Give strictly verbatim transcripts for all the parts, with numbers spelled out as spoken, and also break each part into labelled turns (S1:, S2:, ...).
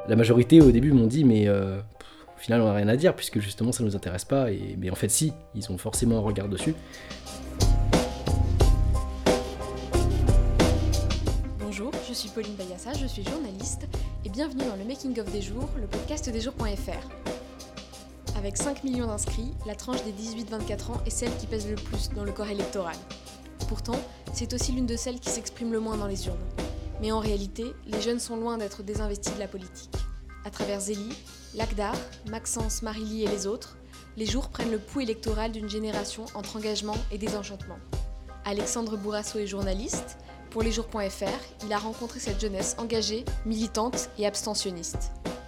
S1: La majorité au début m'ont dit mais euh, au final on n'a rien à dire puisque justement ça nous intéresse pas, et, mais en fait si, ils ont forcément un regard dessus.
S2: Bonjour, je suis Pauline Bayassa, je suis journaliste et bienvenue dans le Making of des jours, le podcast des jours point f r. Avec cinq millions d'inscrits, la tranche des dix-huit vingt-quatre ans est celle qui pèse le plus dans le corps électoral. Pourtant, c'est aussi l'une de celles qui s'exprime le moins dans les urnes. Mais en réalité, les jeunes sont loin d'être désinvestis de la politique. À travers Zélie, Lagdar, Maxence, Marily et les autres, les jours prennent le pouls électoral d'une génération entre engagement et désenchantement. Alexandre Bourrasso est journaliste. Pour les jours point f r, il a rencontré cette jeunesse engagée, militante et abstentionniste.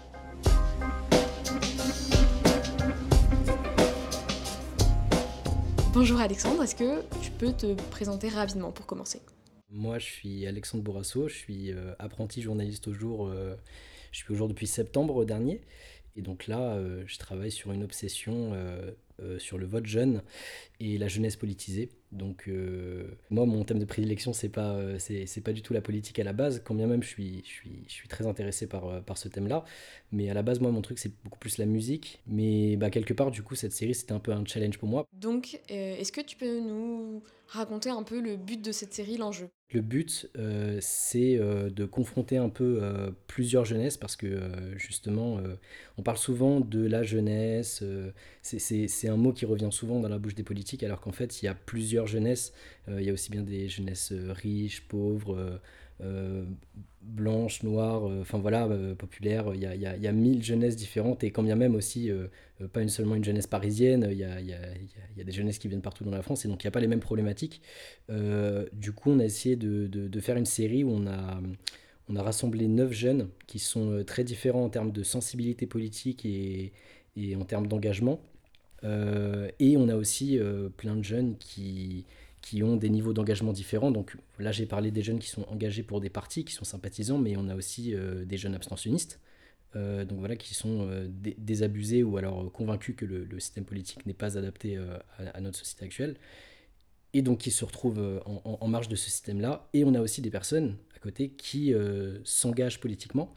S2: Bonjour Alexandre, est-ce que tu peux te présenter rapidement pour commencer ?
S1: Moi je suis Alexandre Bourrasso, je suis euh, apprenti journaliste au jour, euh, je suis au jour depuis septembre dernier. Et donc là, euh, je travaille sur une obsession euh, euh, sur le vote jeune et la jeunesse politisée. Donc euh, moi, mon thème de prédilection, c'est pas, euh, c'est, c'est pas du tout la politique à la base, quand bien même je suis, je suis, je suis très intéressé par, euh, par ce thème-là. Mais à la base, moi, mon truc, c'est beaucoup plus la musique. Mais bah, quelque part, du coup, cette série, c'était un peu un challenge pour moi.
S2: Donc, euh, est-ce que tu peux nous raconter un peu le but de cette série, l'enjeu ?
S1: Le but, euh, c'est euh, de confronter un peu euh, plusieurs jeunesses parce que euh, justement, euh, on parle souvent de la jeunesse, euh, c'est, c'est- c'est un mot qui revient souvent dans la bouche des politiques alors qu'en fait, il y a plusieurs jeunesses. Euh, il y a aussi bien des jeunesses euh, riches, pauvres, euh, euh, blanches, noires, euh, enfin voilà, euh, populaires. Il y a, il y a- il y a mille jeunesses différentes et quand bien même aussi, euh, euh, pas une, seulement une jeunesse parisienne, il y a, il y a- il y a- il y a des jeunesses qui viennent partout dans la France et donc il n'y a pas les mêmes problématiques. Euh, du coup, on a essayé de, de- de faire une série où on a, on a rassemblé neuf jeunes qui sont euh, très différents en termes de sensibilité politique et, et en termes d'engagement. Euh, et on a aussi euh, plein de jeunes qui, qui ont des niveaux d'engagement différents. Donc là, j'ai parlé des jeunes qui sont engagés pour des partis, qui sont sympathisants, mais on a aussi euh, des jeunes abstentionnistes. Euh, donc voilà, qui sont euh, dé- désabusés ou alors euh, convaincus que le, le système politique n'est pas adapté euh, à, à notre société actuelle et donc qui se retrouvent euh, en, en- en marge de ce système-là. Et on a aussi des personnes à côté qui euh, s'engagent politiquement,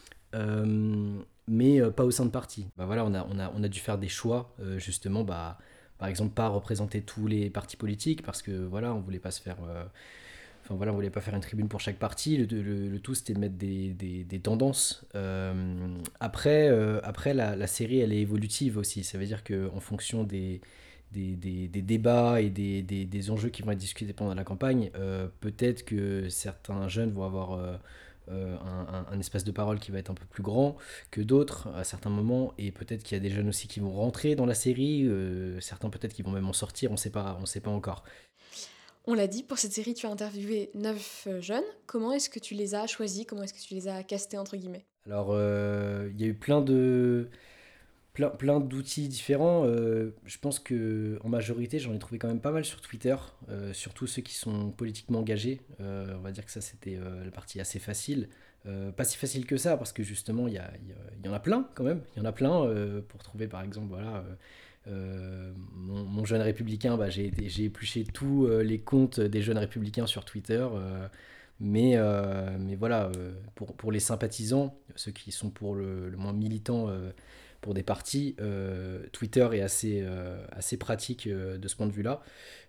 S1: euh, mais euh, pas au sein de partis. Bah voilà, on a, on a, on a dû faire des choix, euh, justement, bah, par exemple, pas représenter tous les partis politiques, parce que voilà, on voulait pas se faire... euh, Enfin voilà, on voulait pas faire une tribune pour chaque parti. Le, le- le tout, c'était de mettre des, des- des tendances. Euh, après, euh, après la, la série, elle est évolutive aussi. Ça veut dire qu'en fonction des, des, des- des débats et des, des- des enjeux qui vont être discutés pendant la campagne, euh, peut-être que certains jeunes vont avoir euh, euh, un, un- un espace de parole qui va être un peu plus grand que d'autres à certains moments. Et peut-être qu'il y a des jeunes aussi qui vont rentrer dans la série. Euh, certains peut-être qui vont même en sortir. On sait pas, on sait pas encore.
S2: On l'a dit, pour cette série, tu as interviewé neuf jeunes. Comment est-ce que tu les as choisis ? Comment est-ce que tu les as castés, entre guillemets ?
S1: Alors, euh, il y a eu plein de, plein, plein d'outils différents. Euh, je pense que en majorité, j'en ai trouvé quand même pas mal sur Twitter, euh, surtout ceux qui sont politiquement engagés. Euh, on va dire que ça, c'était euh, la partie assez facile. Euh, pas si facile que ça, parce que justement, il y, a- il y a- il y en a plein quand même. Il y en a plein euh, pour trouver, par exemple, voilà. euh, euh, mon, mon jeune républicain, bah, j'ai, été- j'ai épluché tous euh, les comptes des jeunes républicains sur Twitter. euh, mais, euh, mais voilà, euh, pour, pour les sympathisants, ceux qui sont pour le, le moins militants euh, pour des partis, euh, Twitter est assez, euh, assez pratique euh, de ce point de vue-là.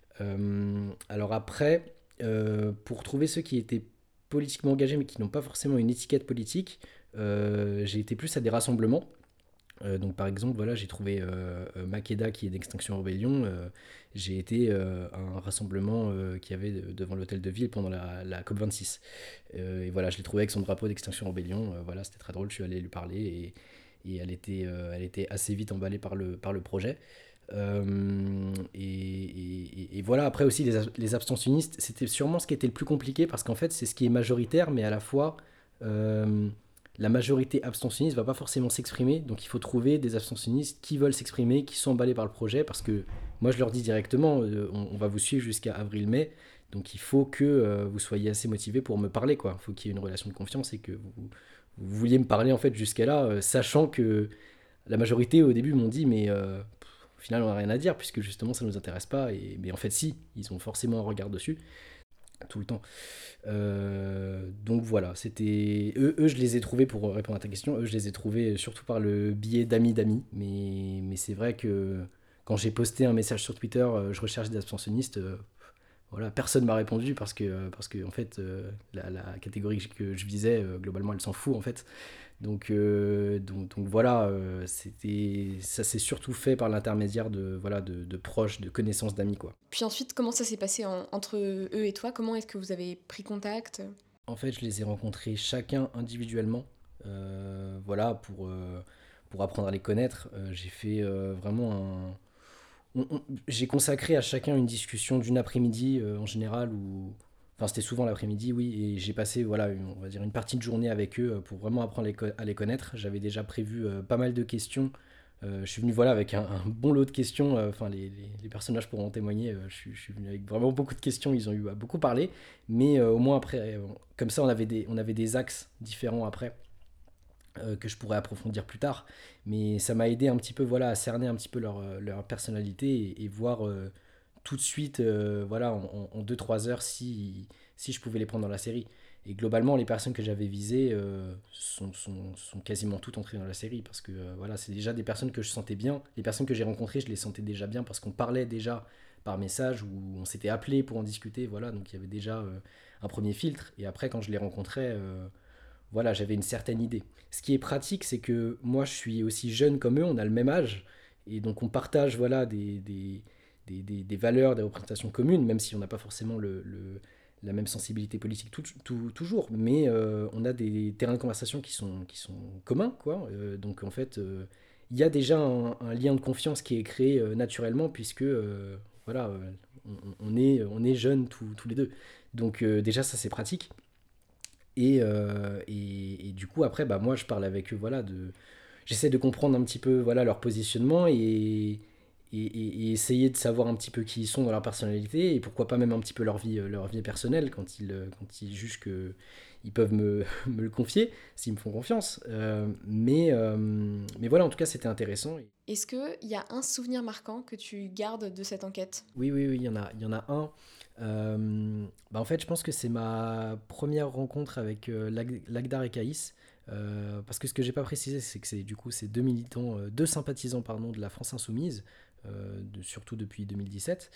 S1: Euh, alors après, euh, pour trouver ceux qui étaient politiquement engagés mais qui n'ont pas forcément une étiquette politique, euh, j'ai été plus à des rassemblements. Euh, donc par exemple, voilà, j'ai trouvé euh, euh, Makeda qui est d'Extinction Rebellion. Euh, j'ai été euh, à un rassemblement euh, qu'il y avait de- devant l'hôtel de ville pendant la, la COP vingt-six. Euh, et voilà, je l'ai trouvé avec son drapeau d'Extinction Rebellion. Euh, voilà, c'était très drôle, je suis allé lui parler et, et elle, était, euh, elle était assez vite emballée par le, par le projet. Euh, et, et- et voilà, après aussi les, ab- les abstentionnistes, c'était sûrement ce qui était le plus compliqué parce qu'en fait c'est ce qui est majoritaire, mais à la fois euh, la majorité abstentionniste va pas forcément s'exprimer, donc il faut trouver des abstentionnistes qui veulent s'exprimer, qui sont emballés par le projet, parce que moi je leur dis directement, euh, on, on va vous suivre jusqu'à avril-mai, donc il faut que euh, vous soyez assez motivés pour me parler, quoi. Il faut qu'il y ait une relation de confiance et que vous, vous vouliez me parler en fait jusqu'à là, euh, sachant que la majorité au début m'ont dit mais euh, pff, au final on n'a rien à dire puisque justement ça nous intéresse pas, et mais en fait si, ils ont forcément un regard dessus. tout le temps. Euh, donc voilà, c'était eux, eux, je les ai trouvés pour répondre à ta question. Eux, je les ai trouvés surtout par le biais d'amis d'amis. Mais, mais c'est vrai que quand j'ai posté un message sur Twitter, euh, je recherche des abstentionnistes. Euh, voilà, personne m'a répondu parce que euh, parce que en fait euh, la, la catégorie que je visais euh, globalement elle s'en fout en fait. Donc, euh, donc, donc voilà, euh, c'était, ça s'est surtout fait par l'intermédiaire de, voilà, de, de proches, de connaissances, d'amis, quoi.
S2: Puis ensuite, comment ça s'est passé en- entre eux et toi? Comment est-ce que vous avez pris contact?
S1: En fait, je les ai rencontrés chacun individuellement, euh, voilà, pour, euh, pour apprendre à les connaître. Euh, j'ai fait euh, vraiment un... on- on- j'ai consacré à chacun une discussion d'une après-midi, euh, en général, ou... Enfin, c'était souvent l'après-midi, oui, et j'ai passé, voilà, une- on va dire une partie de journée avec eux euh, pour vraiment apprendre à les, co- à les connaître. J'avais déjà prévu euh, pas mal de questions. Euh, je suis venu, voilà, avec un, un bon lot de questions. euh, Enfin, les, les- les personnages pourront en témoigner. euh, je, suis, je suis venu avec vraiment beaucoup de questions. Ils ont eu à beaucoup parler. Mais euh, au moins, après, euh, comme ça, on avait des, on avait des axes différents après euh, que je pourrais approfondir plus tard. Mais ça m'a aidé un petit peu, voilà, à cerner un petit peu leur, euh, leur personnalité et, et voir euh, tout de suite, euh, voilà, en, en deux trois heures, si, si je pouvais les prendre dans la série. Et globalement, les personnes que j'avais visées euh, sont, sont, sont quasiment toutes entrées dans la série parce que euh, voilà, c'est déjà des personnes que je sentais bien. Les personnes que j'ai rencontrées, je les sentais déjà bien parce qu'on parlait déjà par message ou on s'était appelé pour en discuter. Voilà, donc il y avait déjà euh, un premier filtre. Et après, quand je les rencontrais, euh, voilà, j'avais une certaine idée. Ce qui est pratique, c'est que moi, je suis aussi jeune comme eux, on a le même âge, et donc on partage voilà, des, des, des, des- des valeurs, des représentations communes, même si on n'a pas forcément le, le- la même sensibilité politique tout- tout- toujours, mais euh, on a des terrains de conversation qui sont, qui sont communs, quoi. Euh, donc en fait, euh, il y a déjà un, un lien de confiance qui est créé euh, naturellement, puisque euh, voilà, euh, on, on est, on est jeunes tous tous les deux. Donc euh, déjà, ça c'est pratique. Et, euh, et, et du coup, après, bah, moi, je parle avec eux, voilà, de... J'essaie de comprendre un petit peu, voilà, leur positionnement et, et, et- et essayer de savoir un petit peu qui ils sont dans leur personnalité et pourquoi pas même un petit peu leur vie, euh, leur vie personnelle quand ils, euh, quand ils jugent que ils peuvent me, me le confier, s'ils me font confiance. Euh, mais, euh, mais voilà, en tout cas, c'était intéressant.
S2: Est-ce qu'il y a un souvenir marquant que tu gardes de cette enquête?
S1: Oui, oui, oui, il y en a, il y en a un. Euh, bah, en fait, je pense que c'est ma première rencontre avec euh, Lag- Lagdar et Caïs. Euh, parce que ce que j'ai pas précisé, c'est que c'est du coup c'est deux militants, euh, deux sympathisants pardon, de la France Insoumise, euh, de- surtout depuis deux mille dix-sept.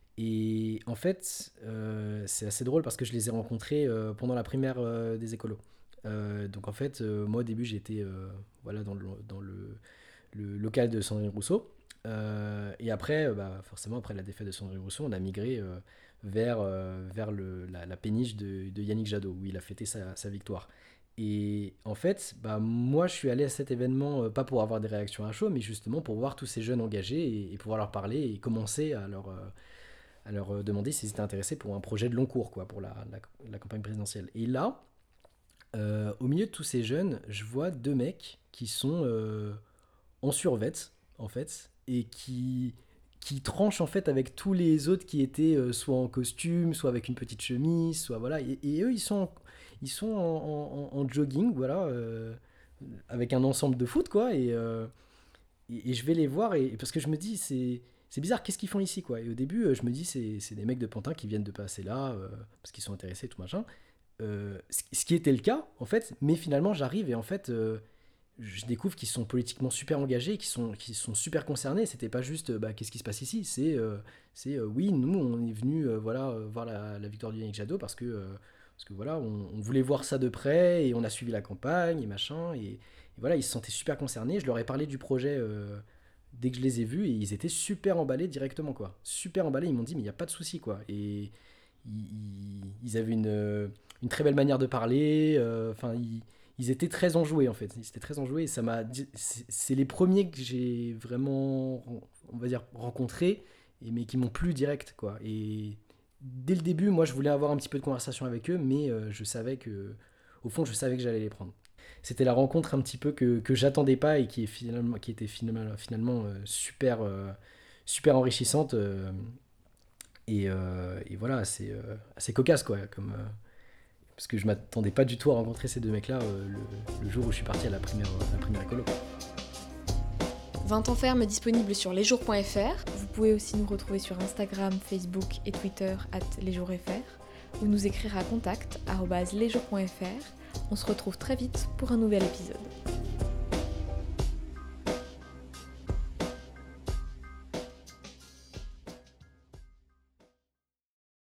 S1: Et en fait, euh, c'est assez drôle parce que je les ai rencontrés euh, pendant la primaire euh, des écolos. Euh, donc en fait, euh, moi au début j'étais euh, voilà, dans le, dans le, le local de Sandrine Rousseau. Euh, et après, euh, bah, forcément, après la défaite de Sandrine Rousseau, on a migré euh, vers, euh, vers le, la, la péniche de, de Yannick Jadot, où il a fêté sa, sa victoire. Et en fait, bah, moi, je suis allé à cet événement, euh, pas pour avoir des réactions à chaud, mais justement pour voir tous ces jeunes engagés et, et pouvoir leur parler et commencer à leur, euh, à leur euh, demander s'ils étaient intéressés pour un projet de long cours, quoi, pour la, la, la campagne présidentielle. Et là, euh, au milieu de tous ces jeunes, je vois deux mecs qui sont euh, en survêt, en fait, et qui, qui tranchent en fait avec tous les autres qui étaient euh, soit en costume, soit avec une petite chemise, soit voilà. Et, et eux, ils sont, ils sont en, en- en jogging, voilà, euh, avec un ensemble de foot, quoi. Et, euh, et, et je vais les voir, et, parce que je me dis, c'est. C'est bizarre, qu'est-ce qu'ils font ici, quoi? Et au début, euh, je me dis, c'est c'est des mecs de Pantin qui viennent de passer là, euh, parce qu'ils sont intéressés, tout machin. Euh, ce ce qui était le cas, en fait, mais finalement, j'arrive et en fait, euh, je découvre qu'ils sont politiquement super engagés, qu'ils sont, qu'ils sont super concernés. C'était pas juste euh, bah, qu'est-ce qui se passe ici, c'est euh, c'est euh, oui, nous on est venu euh, voilà euh, voir la, la victoire de Yannick Jadot parce que euh, parce que voilà on, on voulait voir ça de près et on a suivi la campagne et machin et, et voilà ils se sentaient super concernés. Je leur ai parlé du projet euh, dès que je les ai vus et ils étaient super emballés directement quoi, super emballés. Ils m'ont dit mais il y a pas de souci quoi et ils, ils avaient une, euh, une très belle manière de parler. euh, Enfin, ils, ils étaient très enjoués en fait. Ils étaient très enjoués et ça m'a. C'est c'est les premiers que j'ai vraiment, on va dire, rencontrés, et, mais qui m'ont plu direct quoi. Et dès le début, moi, je voulais avoir un petit peu de conversation avec eux, mais euh, je savais que, au fond, je savais que j'allais les prendre. C'était la rencontre un petit peu que, que j'attendais pas et qui, est finalement, qui était finalement, finalement euh, super, euh, super enrichissante. euh, et, euh, et voilà, c'est euh, assez cocasse quoi. Comme, euh, parce que je m'attendais pas du tout à rencontrer ces deux mecs-là euh, le, le jour où je suis parti à la primaire, à la primaire écolo.
S2: vingt ans ferme disponible sur lesjours point f r. Vous pouvez aussi nous retrouver sur Instagram, Facebook et Twitter at lesjoursfr. ou nous écrire à contact arobase lesjours point fr. On se retrouve très vite pour un nouvel épisode.